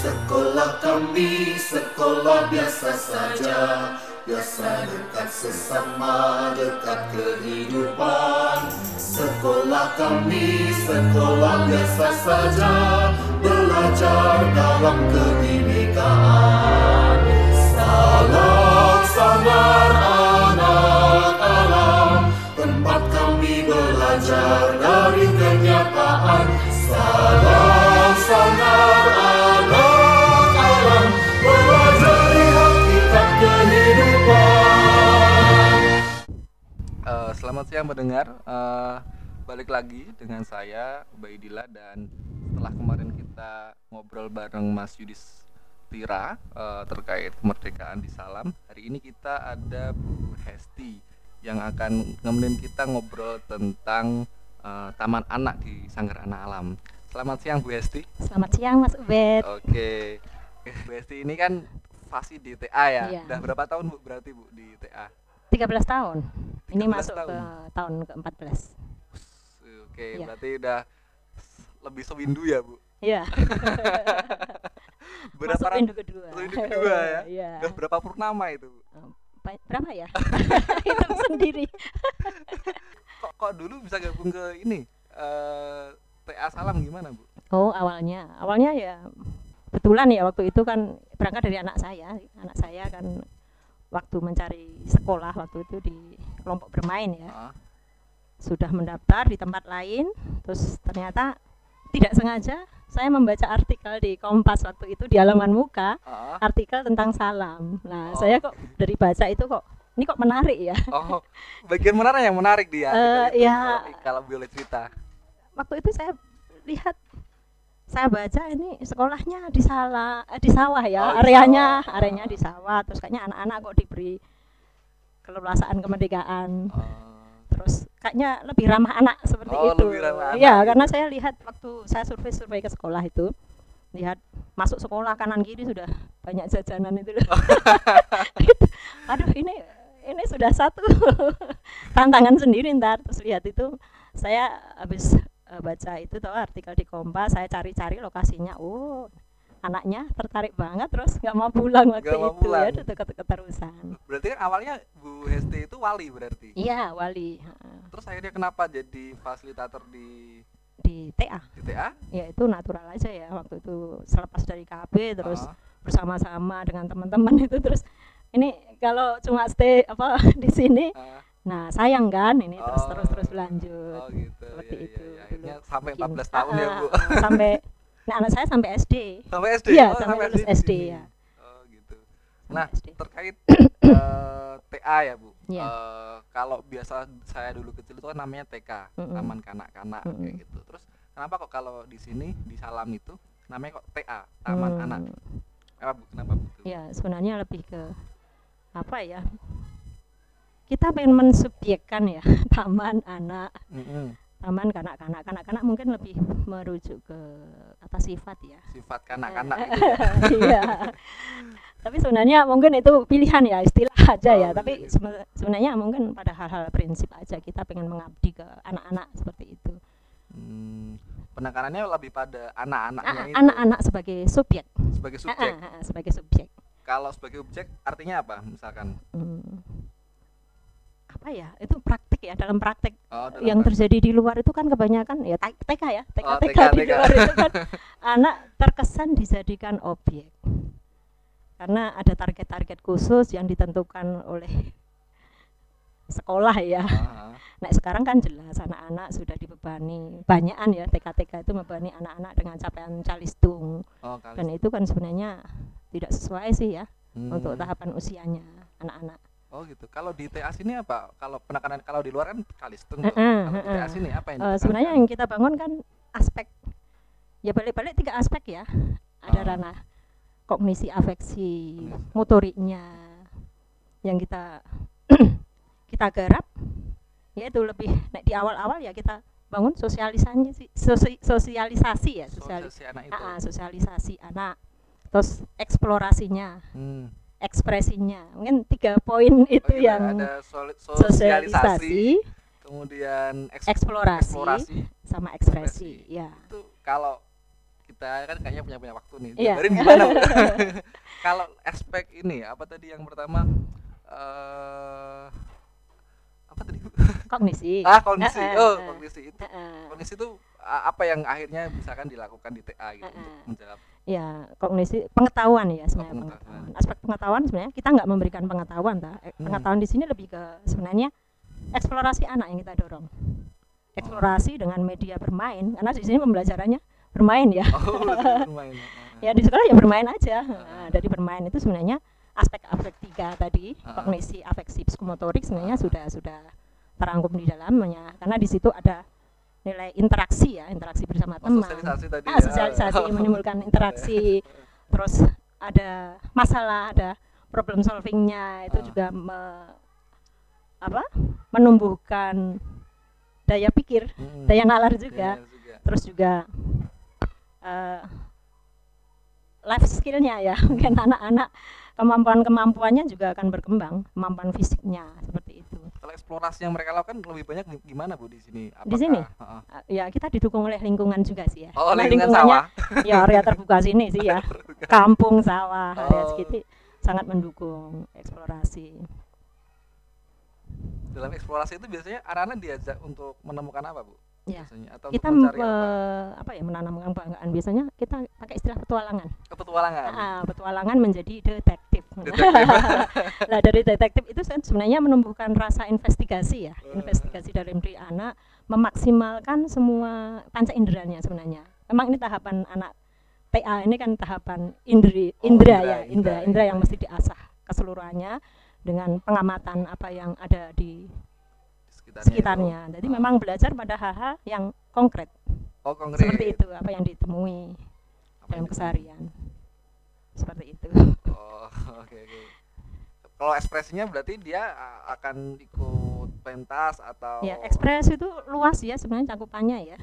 Sekolah kami sekolah biasa saja, biasa dekat sesama, dekat kehidupan. Sekolah kami sekolah biasa saja, belajar dalam kebinekaan. Salam sangar anak alam, tempat kami belajar dari kenyataan. Salam sangar anak alam, belajar dari hakikat kehidupan. Selamat siang pendengar, balik lagi dengan saya Ubaidillah, dan setelah kemarin kita ngobrol bareng Mas Yudis Tira terkait kemerdekaan di Salam, hari ini kita ada Bu Hesti yang akan nemenin kita ngobrol tentang Taman Anak di Sanggar Anak Alam. Selamat siang Bu Hesti. Selamat siang Mas Ubed. Oke, Bu Hesti ini kan fasih di TA ya. Iya. Udah berapa tahun Bu berarti Bu di TA? 13 tahun. Ini 13 masuk tahun. ke tahun ke-14. Oke, Iya. berarti udah lebih sewindu ya Bu. Iya. Berapa Masuk windu kedua. Windu kedua ya? Iya. Udah berapa purnama itu Bu? Berapa ya? Hitung sendiri. Kok dulu bisa gabung ke ini TA Salam gimana Bu? Oh, awalnya ya kebetulan ya, waktu itu kan berangkat dari anak saya. Anak saya kan waktu mencari sekolah waktu itu di kelompok bermain ya. Sudah mendaftar di tempat lain, terus ternyata tidak sengaja saya membaca artikel di Kompas waktu itu di halaman muka, artikel tentang Salam. Nah, saya kok dari baca itu kok ini kok menarik ya. Oh, bagian mana yang menarik dia? Ya. Kalau boleh cerita. Waktu itu saya lihat, saya baca ini sekolahnya di sawah ya, Oh, areanya di sawah, terus kayaknya anak-anak kok diberi keleluasaan kemerdekaan. Terus kayaknya lebih ramah anak seperti itu. Lebih ramah Ya, anak karena gitu. saya lihat waktu saya survei ke sekolah itu, lihat masuk sekolah kanan kiri sudah banyak jajanan itu loh. Aduh, ini sudah satu tantangan sendiri ntar. Terus lihat itu, saya habis baca itu tuh artikel di Kompas, saya cari-cari lokasinya. Oh, anaknya tertarik banget, terus nggak mau pulang waktu Nggak mau itu pulang. ya, udah keterusan. Berarti kan awalnya Bu Hesti itu wali berarti. Iya, wali Terus akhirnya kenapa jadi fasilitator di di TA. TA? Ya itu natural aja ya, waktu itu selepas dari KB terus Ah. bersama-sama dengan teman-teman itu, terus ini kalau cuma stay di sini, nah sayang kan ini terus lanjut. Oh gitu. Seperti Ya, itu ya, ya. Akhirnya dulu. sampai Bikin. 14 tahun ya Bu. Sampai nah anak saya sampai SD. Sampai SD. Iya, Oh, sampai lulus di SD sini. ya. Oh gitu. Sampai Nah, SD. terkait TA ya Bu. Iya. Kalau biasa saya dulu kecil itu kan namanya TK, Taman Kanak-Kanak kayak gitu. Terus kenapa kok kalau di sini di Salam itu namanya kok TA, Taman Anak? Apa Bu? Kenapa Bu? Ya, sebenarnya lebih ke apa ya? Kita pengen mensubjekkan ya, taman anak, taman kanak-kanak mungkin lebih merujuk ke kata sifat ya. Sifat kanak-kanak gitu ya. Iya. Tapi sebenarnya mungkin itu pilihan ya, istilah aja ya. Oh, Tapi iya. sebenarnya mungkin pada hal-hal prinsip aja, kita pengen mengabdi ke anak-anak seperti itu. Penekanannya lebih pada anak-anaknya itu Anak-anak sebagai subjek. sebagai subjek. Sebagai subjek. Kalau sebagai objek artinya apa? Misalkan Apa ya? Itu praktik ya, dalam praktek dalam yang praktek. terjadi di luar itu kan kebanyakan ya TK ya, Oh, TK di TK. luar itu kan anak terkesan dijadikan objek. Karena ada target-target khusus yang ditentukan oleh sekolah ya. Nah, sekarang kan jelas anak-anak sudah dibebani banyakan ya, TK itu membebani anak-anak dengan capaian calistung. Oh, kali. Dan itu kan sebenarnya tidak sesuai sih ya untuk Hmm. tahapan usianya anak-anak. Oh gitu. Kalau di TA sini apa? Kalau penekanan kalau di luar kan kalistung tuh. Kalau di TA sini apa yang ditekankan? Sebenarnya yang kita bangun kan aspek, ya balik-balik 3 aspek ya. Ada ranah kognisi, afeksi, motoriknya yang kita kita garap, yaitu lebih di awal-awal ya kita bangun sosialisasi ya, Sosialisasi anak itu. sosialisasi anak, terus eksplorasinya, ekspresinya. Mungkin 3 poin itu gitu, yang ada sosialisasi, sosialisasi, kemudian eksplorasi, sama ekspresi. Ya. Itu kalau kita kan kayaknya punya waktu nih. Iya. Jabarin gimana? Kalau aspek ini apa tadi yang pertama apa tadi? Kognisi. Kognisi. Kognisi itu. Kognisi itu apa yang akhirnya misalkan dilakukan di TA gitu untuk menjawab? Ya, kognisi pengetahuan ya sebenarnya. Pengetahuan. Aspek pengetahuan sebenarnya kita nggak memberikan pengetahuan, pengetahuan di sini lebih ke sebenarnya eksplorasi anak yang kita dorong. Eksplorasi dengan media bermain, karena di sini pembelajarannya bermain ya. Bermain. Ya di sekolah ya bermain aja. Nah, dari bermain itu sebenarnya aspek-aspek 3 tadi, kognisi, afeksi, psikomotorik sebenarnya sudah terangkum di dalamnya, karena di situ ada nilai interaksi ya, interaksi bersama teman. Sosialisasi tadi. Sosialisasi menimbulkan interaksi. Terus ada masalah, ada problem solvingnya, itu juga menumbuhkan daya pikir, daya nalar juga. Terus juga life skillnya ya, mungkin anak-anak kemampuannya juga akan berkembang, kemampuan fisiknya seperti itu. Kalau eksplorasi yang mereka lakukan lebih banyak gimana Bu di sini? Apakah, di sini? Ya kita didukung oleh lingkungan juga sih ya. Lingkungan sawah. Ya area terbuka sini sih ya. Kampung sawah, area segitu sangat mendukung eksplorasi. Dalam eksplorasi itu biasanya anak-anak diajak untuk menemukan apa Bu? Ya, atau kita menanamkan kebanggaan. Biasanya kita pakai istilah petualangan. Petualangan menjadi detektif. Nah dari detektif itu sebenarnya menumbuhkan rasa investigasi ya, investigasi dalam diri anak, memaksimalkan semua panca inderanya sebenarnya. Memang ini tahapan anak TA ini kan tahapan indera yang mesti diasah keseluruhannya dengan pengamatan apa yang ada di sekitarnya. Jadi memang belajar pada hal-hal yang konkret. Konkret. Seperti itu, apa yang ditemui dalam keseharian. Seperti itu. Oke. Kalau ekspresinya berarti dia akan ikut pentas atau? Ya, ekspresi itu luas ya sebenarnya cakupannya ya.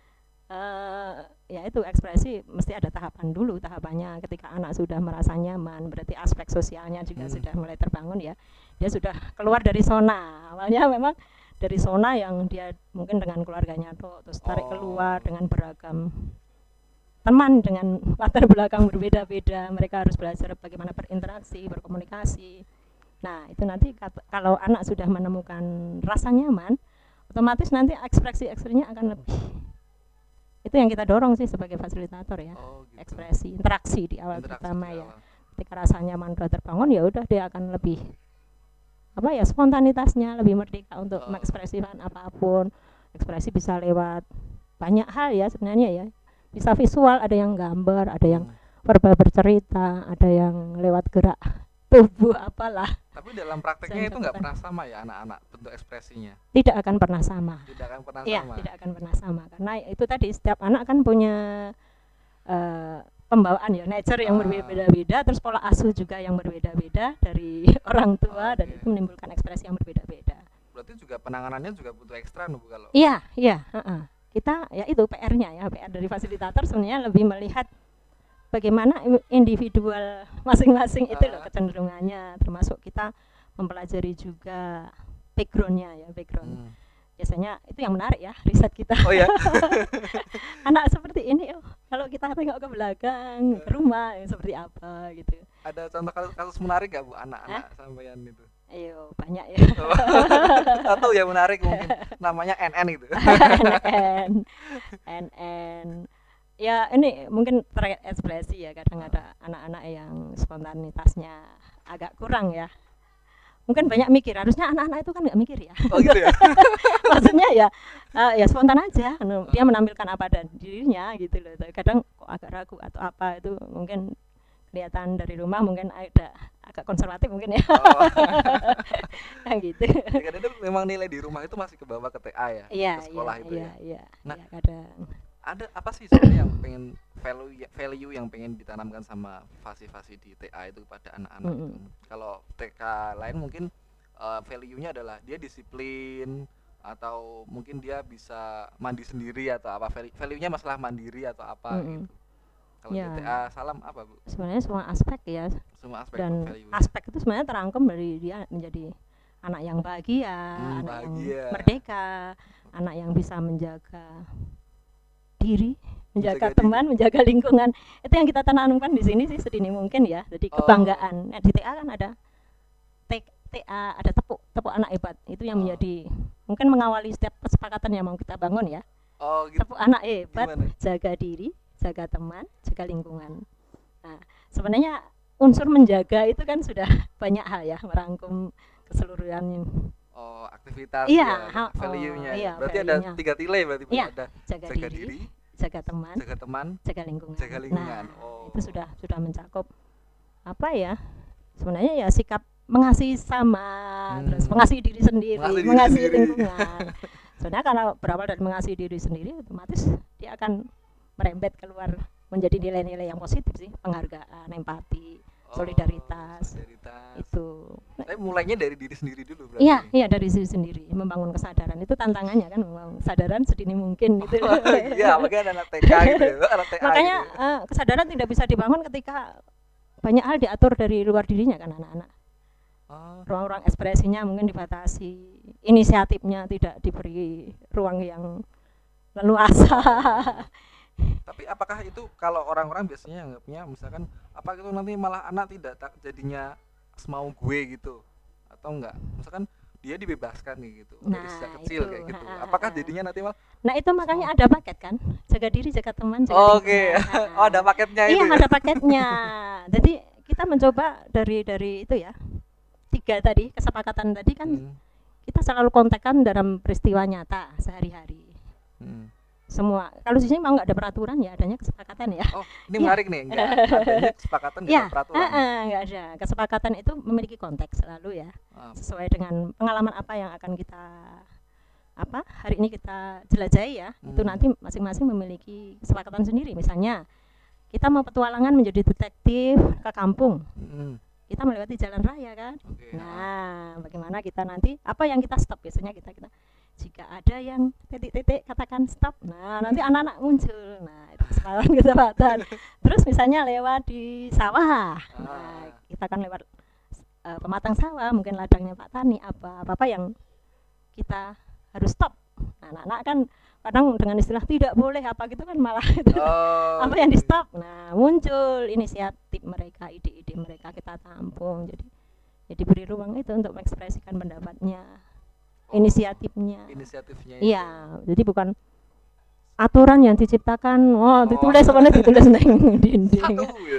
Ya itu ekspresi mesti ada tahapan dulu. Tahapannya ketika anak sudah merasa nyaman, berarti aspek sosialnya juga sudah mulai terbangun ya. Dia sudah keluar dari zona. Awalnya memang dari zona yang dia mungkin dengan keluarganya terus tarik keluar dengan beragam teman dengan latar belakang berbeda-beda. Mereka harus belajar bagaimana berinteraksi, berkomunikasi. Nah itu nanti kalau anak sudah menemukan rasa nyaman, otomatis nanti ekspresi-ekspresinya akan lebih. Itu yang kita dorong sih sebagai fasilitator ya. Gitu. Ekspresi, interaksi di awal pertama ya. Ketika rasa nyaman sudah terbangun ya udah dia akan lebih spontanitasnya lebih merdeka untuk mengekspresikan apapun. Ekspresi bisa lewat banyak hal ya sebenarnya ya. Bisa visual, ada yang gambar, ada yang verbal bercerita, ada yang lewat gerak tubuh apalah. Tapi dalam prakteknya itu nggak pernah sama ya anak-anak bentuk ekspresinya? Tidak akan pernah sama. Tidak akan pernah sama. Tidak akan pernah sama karena itu tadi setiap anak kan punya pembawaan ya, nature yang berbeda-beda, terus pola asuh juga yang berbeda-beda dari orang tua dan itu menimbulkan ekspresi yang berbeda-beda. Berarti juga penanganannya juga butuh ekstra Bu kalau? Iya. Kita ya itu PR-nya ya, PR dari fasilitator sebenarnya lebih melihat bagaimana individual masing-masing itu loh kecenderungannya, termasuk kita mempelajari juga background-nya ya, biasanya itu yang menarik ya riset kita. Anak seperti ini kalau kita tengok ke belakang ke rumah seperti apa gitu. Ada contoh kasus menarik gak Bu anak-anak sampean itu? Ayo banyak ya. Satu yang menarik mungkin namanya NN itu. NN. Ya ini mungkin terekspresi ya, kadang ada anak-anak yang spontanitasnya agak kurang ya. Mungkin banyak mikir, harusnya anak-anak itu kan nggak mikir ya. Gitu ya. Maksudnya ya spontan aja, dia menampilkan apa dan dirinya gitu loh. Kadang kok agak ragu atau apa itu mungkin kelihatan dari rumah mungkin ada agak konservatif mungkin ya. Gitu. Ya, kadang itu memang nilai di rumah itu masih kebawa ke TA ya, ke sekolah itu ya. Nah, kadang ada apa sih sebenarnya yang pengen value yang pengen ditanamkan sama fasi-fasi di TA itu kepada anak-anak itu. Kalau TK lain mungkin value-nya adalah dia disiplin atau mungkin dia bisa mandi sendiri atau apa, value-nya masalah mandiri atau apa gitu. Kalau di TA Salam apa Bu? Sebenarnya semua aspek ya. Semua aspek dan aspek itu sebenarnya terangkum dari dia menjadi anak yang bahagia, anak yang merdeka, anak yang bisa menjaga diri menjaga teman, menjaga lingkungan. Itu yang kita tanamkan di sini sih sedini mungkin ya. Jadi kebanggaan. Nah, di TA kan ada TA, ada tepuk anak hebat. Itu yang menjadi mungkin mengawali setiap kesepakatan yang mau kita bangun ya. Gitu. Tepuk anak hebat, jaga diri, jaga teman, jaga lingkungan. Nah, sebenarnya unsur menjaga itu kan sudah banyak hal ya, merangkum keseluruhan aktivitas value-nya. Iya, berarti value-nya. ada 3 nilai berarti iya, ada jaga diri, jaga teman, jaga lingkungan. Nah, itu sudah mencakup apa ya? Sebenarnya ya sikap mengasihi sama, terus mengasihi diri sendiri, mengasihi lingkungan. Sebenarnya kalau berawal dari mengasihi diri sendiri, otomatis dia akan merembet keluar menjadi nilai-nilai yang positif sih, penghargaan, empati, solidaritas. Itu. Tapi mulainya dari diri sendiri dulu berarti. Iya dari diri sendiri, membangun kesadaran. Itu tantangannya kan, membangun kesadaran sedini mungkin gitu. Iya, makanya anak TK gitu. Makanya kesadaran tidak bisa dibangun ketika banyak hal diatur dari luar dirinya kan anak-anak. Ruang-ruang ekspresinya mungkin dibatasi, inisiatifnya tidak diberi ruang yang leluasa. Tapi apakah itu kalau orang-orang biasanya anggapnya misalkan apa itu nanti malah anak tidak jadinya semau gue gitu atau enggak? Misalkan dia dibebaskan nih gitu dari sejak kecil kayak gitu. Apakah jadinya nanti malah? Nah, itu makanya ada paket kan? Jaga diri, jaga teman, jaga Oke. Ada paketnya itu. Iya, ya? Ada paketnya. Jadi kita mencoba dari itu ya. 3 tadi, kesepakatan tadi kan kita selalu kontekkan dalam peristiwa nyata sehari-hari. Semua. Kalau di sini mau nggak ada peraturan ya, adanya kesepakatan ya. Ini menarik nih, nggak adanya kesepakatan dengan peraturan. Nggak ada. Kesepakatan itu memiliki konteks selalu ya, sesuai dengan pengalaman apa yang akan kita hari ini kita jelajahi ya. Itu nanti masing-masing memiliki kesepakatan sendiri. Misalnya kita mau petualangan menjadi detektif ke kampung. Kita melewati jalan raya kan. Nah, bagaimana kita nanti apa yang kita stop biasanya kita jika ada yang titik-titik katakan stop. Nah, nanti anak-anak muncul. Nah, itu kesempatan. Terus misalnya lewat di sawah. Nah, kita akan lewat pematang sawah, mungkin ladangnya Pak Tani apa yang kita harus stop. Nah, anak-anak kan kadang dengan istilah tidak boleh apa gitu kan malah apa yang di stop. Nah, muncul inisiatif mereka, ide-ide mereka kita tampung. Jadi diberi ruang itu untuk mengekspresikan pendapatnya, inisiatifnya. Iya, jadi bukan aturan yang diciptakan, ditulis sebenarnya ditulis neng dinding.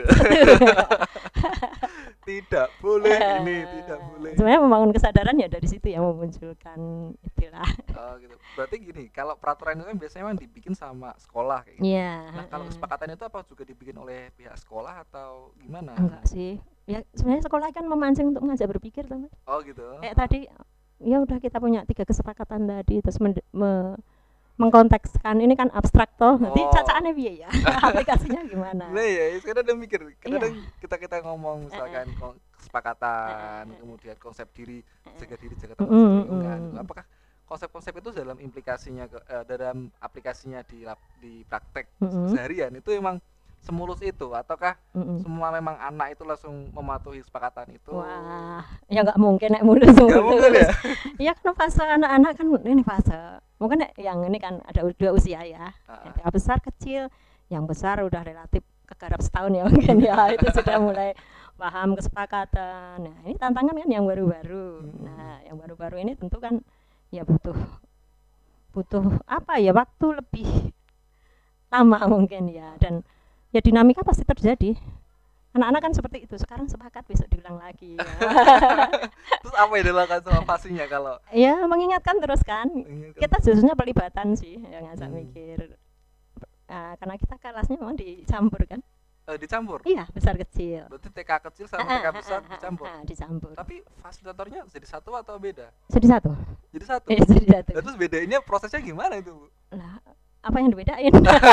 Tidak boleh ini, tidak boleh. Sebenarnya membangun kesadaran ya dari situ yang memunculkan itulah. Gitu. Berarti gini, kalau peraturan itu kan biasanya memang dibikin sama sekolah kayak gitu. Nah, kalau kesepakatan itu apa juga dibikin oleh pihak sekolah atau gimana? Enggak sih. Ya sebenarnya sekolah kan memancing untuk mengajak berpikir, teman. Gitu. Tadi ya udah kita punya 3 kesepakatan tadi terus mengkontekskan ini kan abstrak toh, nanti cacaannya piye ya, aplikasinya gimana? Nah ya, sekarang udah mikir, kadang kita ngomong misalkan kesepakatan, kemudian konsep diri, jaga teman, lingkungan. Apakah konsep-konsep itu dalam implikasinya dalam aplikasinya di praktek seharian itu emang semulus itu ataukah semua memang anak itu langsung mematuhi kesepakatan itu? Wah, ya nggak mungkin mulus. Nggak mungkin ya? Iya kan fase anak-anak kan ini fase. Mungkin yang ini kan ada 2 usia ya. Yang besar kecil, yang besar udah relatif kegarap setahun ya mungkin ya. Itu sudah mulai paham kesepakatan. Nah, ini tantangan kan yang baru-baru. Nah, yang baru-baru ini tentu kan ya butuh apa ya, waktu lebih lama mungkin ya, dan ya dinamika pasti terjadi. Anak-anak kan seperti itu, sekarang sepakat besok diulang lagi ya. Terus apa yang dilakukan sama pastinya kalau? Ya mengingatkan terus kan. Kita justru pelibatan sih yang ngajak mikir. Karena kita kelasnya memang dicampur kan. Dicampur? Iya, besar kecil. Berarti TK kecil sama TK besar dicampur? Dicampur. Tapi fasilitatornya jadi satu atau beda? Jadi satu. Jadi satu? Jadi satu. Terus bedainnya prosesnya gimana itu, Bu? Lah, apa yang dibedain?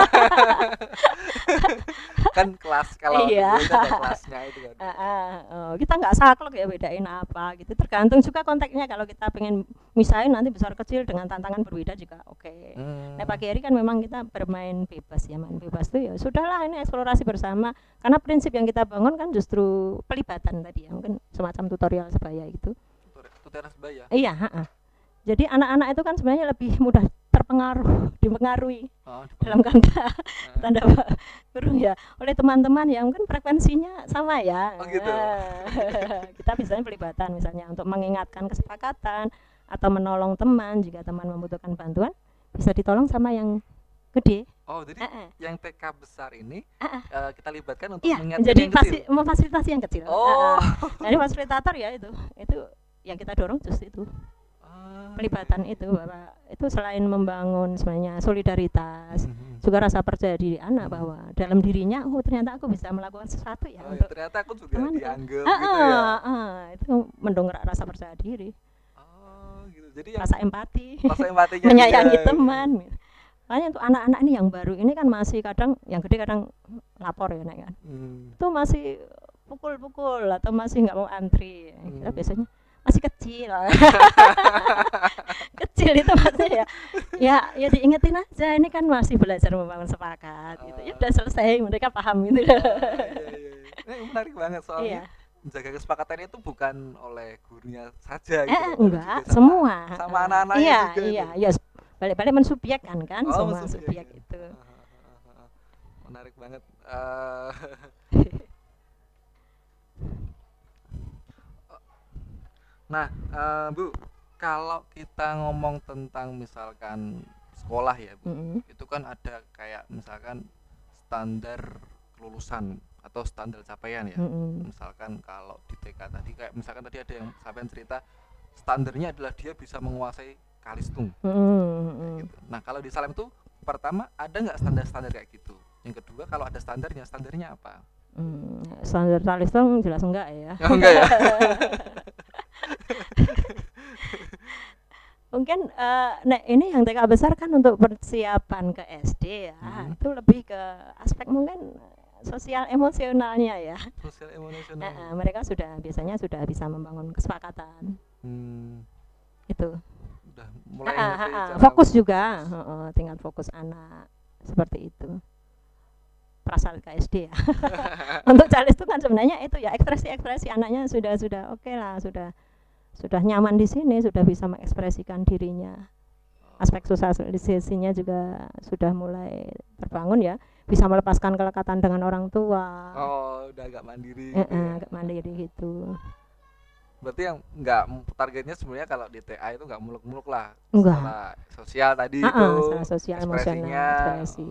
Kan kelas, kalau ada kelasnya itu kan. Kita nggak saklek ya bedain apa gitu, tergantung juga konteksnya. Kalau kita pengen misahin nanti besar kecil dengan tantangan berbeda juga oke. Nah pagi hari kan memang kita bermain bebas ya, main bebas tuh ya sudahlah, ini eksplorasi bersama, karena prinsip yang kita bangun kan justru pelibatan tadi ya, mungkin semacam tutorial sebaya gitu. Tutorial sebaya? Iya. Jadi anak-anak itu kan sebenarnya lebih mudah dipengaruhi dalam tanda kurung ya oleh teman-teman yang mungkin frekuensinya sama ya. Gitu. Kita biasanya pelibatan misalnya untuk mengingatkan kesepakatan atau menolong teman jika teman membutuhkan bantuan bisa ditolong sama yang gede. Jadi yang TK besar ini kita libatkan untuk iya, mengingatkan jadi yang kecil. memfasilitasi yang kecil. Jadi fasilitator ya itu yang kita dorong justru itu. Pelibatan itu bahwa itu selain membangun sebenarnya solidaritas juga rasa percaya diri anak bahwa dalam dirinya ternyata aku bisa melakukan sesuatu ya untuk ternyata aku juga dianggap gitu ya. Itu mendongkrak rasa percaya diri. Gitu. Jadi rasa empati empatinya menyayangi teman. Makanya untuk anak-anak ini yang baru ini kan masih kadang yang gede kadang lapor ya kan. Itu masih pukul-pukul atau masih nggak mau antri. Kita biasanya masih kecil. Kecil itu maksudnya ya diingetin aja ini kan masih belajar membangun sepakat gitu. Ya udah selesai mereka paham gitu. Iya. Ini menarik banget soalnya. Menjaga kesepakatan itu bukan oleh gurunya saja gitu. Enggak, semua. Sama anak-anaknya juga. Iya, balik-balik mensubjekkan kan semua subjek itu. Menarik banget. Nah, Bu, kalau kita ngomong tentang misalkan sekolah ya, Bu, itu kan ada kayak misalkan standar kelulusan atau standar capaian ya. Misalkan kalau di TK tadi kayak misalkan tadi ada yang sampean cerita standarnya adalah dia bisa menguasai Kalistung. Gitu. Nah, kalau di Salem tuh pertama ada nggak standar-standar kayak gitu? Yang kedua kalau ada standarnya apa? Standar Kalistung jelas enggak ya. Enggak ya. Mungkin ini yang TK besar kan untuk persiapan ke SD ya. Itu lebih ke aspek mungkin sosial emosionalnya ya. Sosial emosional. Mereka biasanya sudah bisa membangun kesepakatan. Itu. Udah mulai fokus juga, tinggal fokus anak seperti itu. Perasaan ke SD ya. Untuk calis itu kan sebenarnya itu ya ekspresi anaknya sudah oke lah, sudah nyaman di sini, sudah bisa mengekspresikan dirinya. Aspek sosialisasinya juga sudah mulai terbangun ya, bisa melepaskan kelekatan dengan orang tua. Udah agak mandiri. Agak mandiri gitu. Berarti yang nggak targetnya sebenarnya kalau di TA itu nggak muluk-muluk lah. Enggak. Secara sosial tadi itu. Secara sosial emosional ekspresi.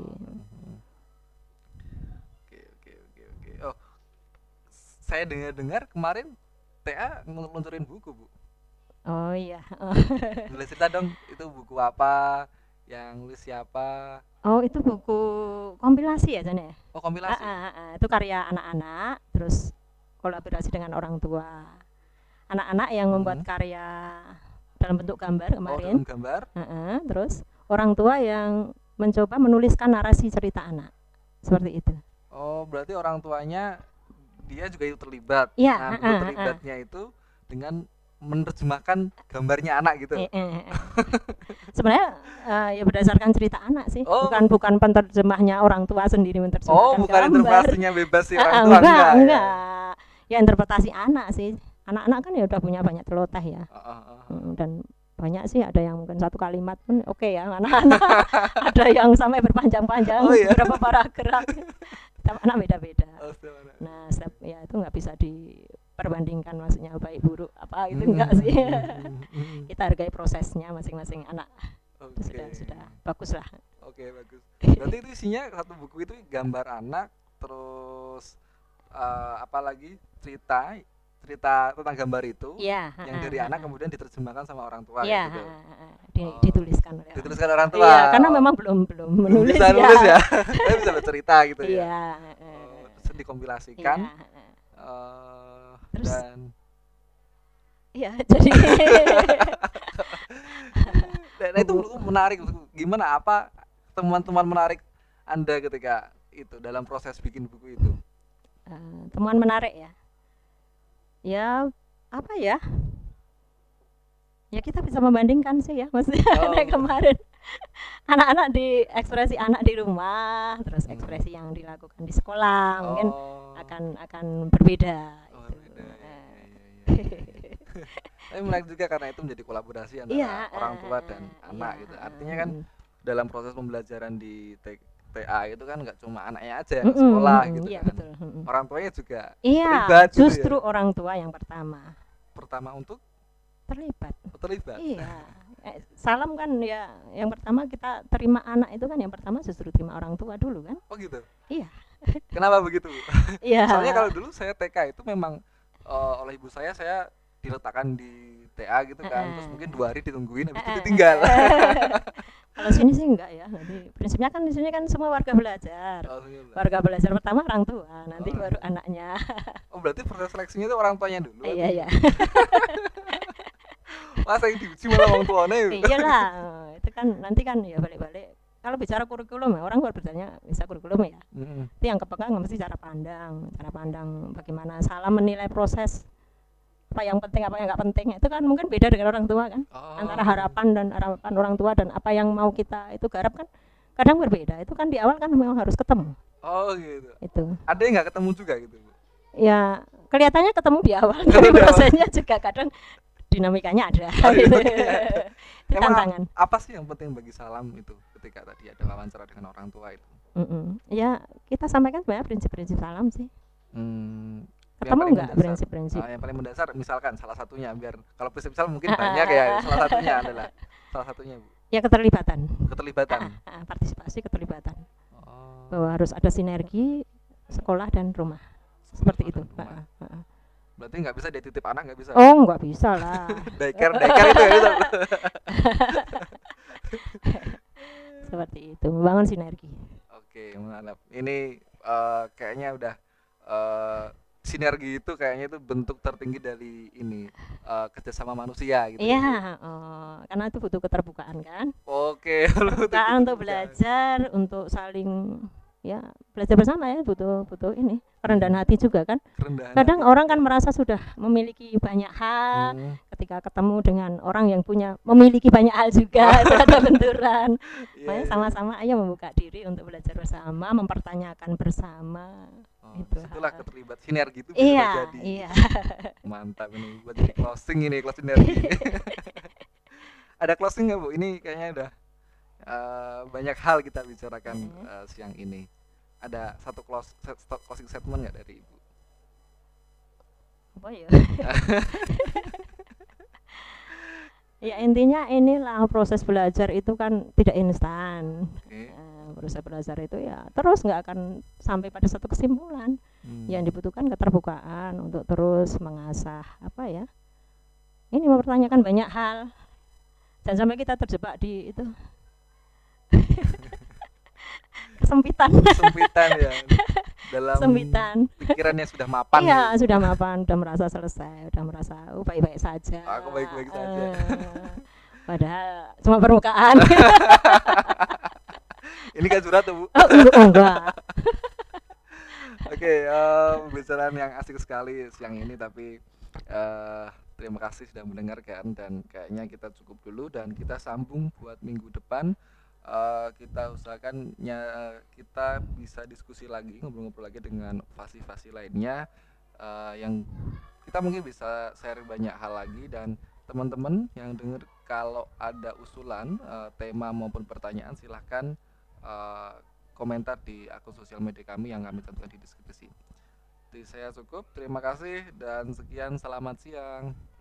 Oke. Saya dengar kemarin TA ngeluncurin buku, Bu. Oh iya. Boleh cerita dong, itu buku apa, yang nulis siapa? Oh, itu buku kompilasi ya, Jan ya? Oh, kompilasi. Itu karya anak-anak, terus kolaborasi dengan orang tua. Anak-anak yang membuat karya dalam bentuk gambar kemarin. Dalam gambar. Terus orang tua yang mencoba menuliskan narasi cerita anak. Seperti itu. Oh, berarti orang tuanya dia juga ikut terlibat. Ya, terlibatnya itu dengan menerjemahkan gambarnya anak gitu. Sebenarnya ya berdasarkan cerita anak sih, bukan penerjemahnya orang tua sendiri menerjemahkan bukan gambar. Interpretasinya bebas sih orang tua enggak. Ya interpretasi anak sih. Anak-anak kan ya udah punya banyak celoteh ya. Dan banyak sih, ada yang mungkin satu kalimat pun oke ya anak-anak. Ada yang sampai berpanjang-panjang, beberapa paragraf. Setiap anak beda-beda. Nah, ya itu nggak bisa diperbandingkan maksudnya baik buruk apa itu enggak sih. Kita hargai prosesnya masing-masing anak. Sudah bagus lah. Oke, bagus. Berarti itu isinya satu buku itu gambar anak, terus apalagi cerita tentang gambar itu yang dari anak kemudian diterjemahkan sama orang tua gitu. Dituliskan oleh orang tua. Iya, karena memang belum menulis bisa nulis ya. Tapi bisa bercerita gitu ya. Iya. Terus dikompilasikan. Terus dan jadi nah itu menarik. Gimana, apa teman-teman menarik Anda ketika itu dalam proses bikin buku itu? Teman menarik ya. Ya apa ya? Ya kita bisa membandingkan sih ya, maksudnya kemarin anak-anak di ekspresi anak di rumah, terus ekspresi yang dilakukan di sekolah mungkin akan berbeda. Tapi menarik juga karena itu menjadi kolaborasi antara orang tua dan anak gitu. Artinya kan dalam proses pembelajaran di TA itu kan nggak cuma anaknya aja yang sekolah gitu iya, kan. Betul. Orang tuanya juga Iya, terlibat justru gitu ya? orang tua yang pertama untuk terlibat. Iya. Salam kan ya, yang pertama kita terima anak itu kan yang pertama justru terima orang tua dulu kan. Oh gitu? Iya. Kenapa begitu, Bu? Iya. Soalnya kalau dulu saya TK itu memang oleh ibu saya diletakkan di TA gitu kan, terus mungkin 2 hari ditungguin habis itu ditinggal. Kalau sini sih enggak ya. Nanti prinsipnya kan di sini kan semua warga belajar. Warga belajar pertama orang tua, nanti baru anaknya. Oh, berarti proses seleksinya itu orang tuanya dulu. Iya. Masa yang diuji malah orang tuanya. Iyalah. Itu kan nanti kan ya balik-balik. Kalau bicara kurikulum ya, orang baru bertanya bisa kurikulum ya. Itu yang kepegang mesti cara pandang bagaimana salah menilai proses, apa yang penting apa yang nggak penting, itu kan mungkin beda dengan orang tua kan. Antara harapan orang tua dan apa yang mau kita itu garap kan kadang berbeda. Itu kan di awal kan memang harus ketemu. Oh gitu. Itu ada yang nggak ketemu juga gitu, Bu? Ya kelihatannya ketemu di awal, tapi prosesnya juga kadang dinamikanya ada. Gitu. Itu tantangan. Apa sih yang penting bagi Salam itu ketika tadi ada wawancara dengan orang tua itu? Ya kita sampaikan sebenarnya prinsip-prinsip Salam sih. Ketemu nggak prinsip-prinsip? Yang paling mendasar misalkan salah satunya, biar kalau prinsip Salam mungkin banyak ya, salah satunya Bu. Ya keterlibatan. Partisipasi keterlibatan. Bahwa harus ada sinergi sekolah dan rumah. Seperti itu. Berarti nggak bisa dia titip anak, nggak bisa? Oh nggak bisa lah. Daycare itu nggak bisa. Seperti itu, membangun sinergi. Oke, mantap. Ini kayaknya udah sinergi itu kayaknya itu bentuk tertinggi dari ini kerjasama manusia gitu. Iya, karena itu butuh keterbukaan kan. Oke. Keterbukaan untuk belajar, untuk saling ya belajar bersama ya, butuh ini kerendahan hati juga kan. Kadang orang kan merasa sudah memiliki banyak hal, ketika ketemu dengan orang yang memiliki banyak hal juga itu ada benturan. Makanya sama-sama ayo membuka diri untuk belajar bersama, mempertanyakan bersama. Itulah keterlibat sinergi itu bisa terjadi. Iya. Mantap ini buat jadi closing sinergi. Ada closing nggak, Bu? Ini kayaknya udah banyak hal kita bicarakan siang ini. Ada satu closing statement nggak dari Ibu? Apa ya? Ya intinya inilah, proses belajar itu kan tidak instan. Proses belajar itu ya terus nggak akan sampai pada satu kesimpulan. Yang dibutuhkan keterbukaan untuk terus mengasah ini mempertanyakan banyak hal. Jangan sampai kita terjebak di itu kesempitan ya, dalam pikirannya sudah mapan. Iya, sudah mapan, sudah merasa selesai, sudah merasa baik-baik saja. Aku baik-baik saja. Padahal cuma permukaan. Ini kan curhat tuh, Bu? Enggak. Oke, pembicaraan yang asik sekali siang ini, tapi terima kasih sudah mendengarkan, dan kayaknya kita cukup dulu dan kita sambung buat minggu depan. Kita usahakan kita bisa diskusi lagi, ngobrol-ngobrol lagi dengan fasi-fasi lainnya yang kita mungkin bisa share banyak hal lagi. Dan teman-teman yang dengar, kalau ada usulan tema maupun pertanyaan, silahkan komentar di akun sosial media kami yang kami tentukan di deskripsi. Jadi saya cukup, terima kasih dan sekian, selamat siang.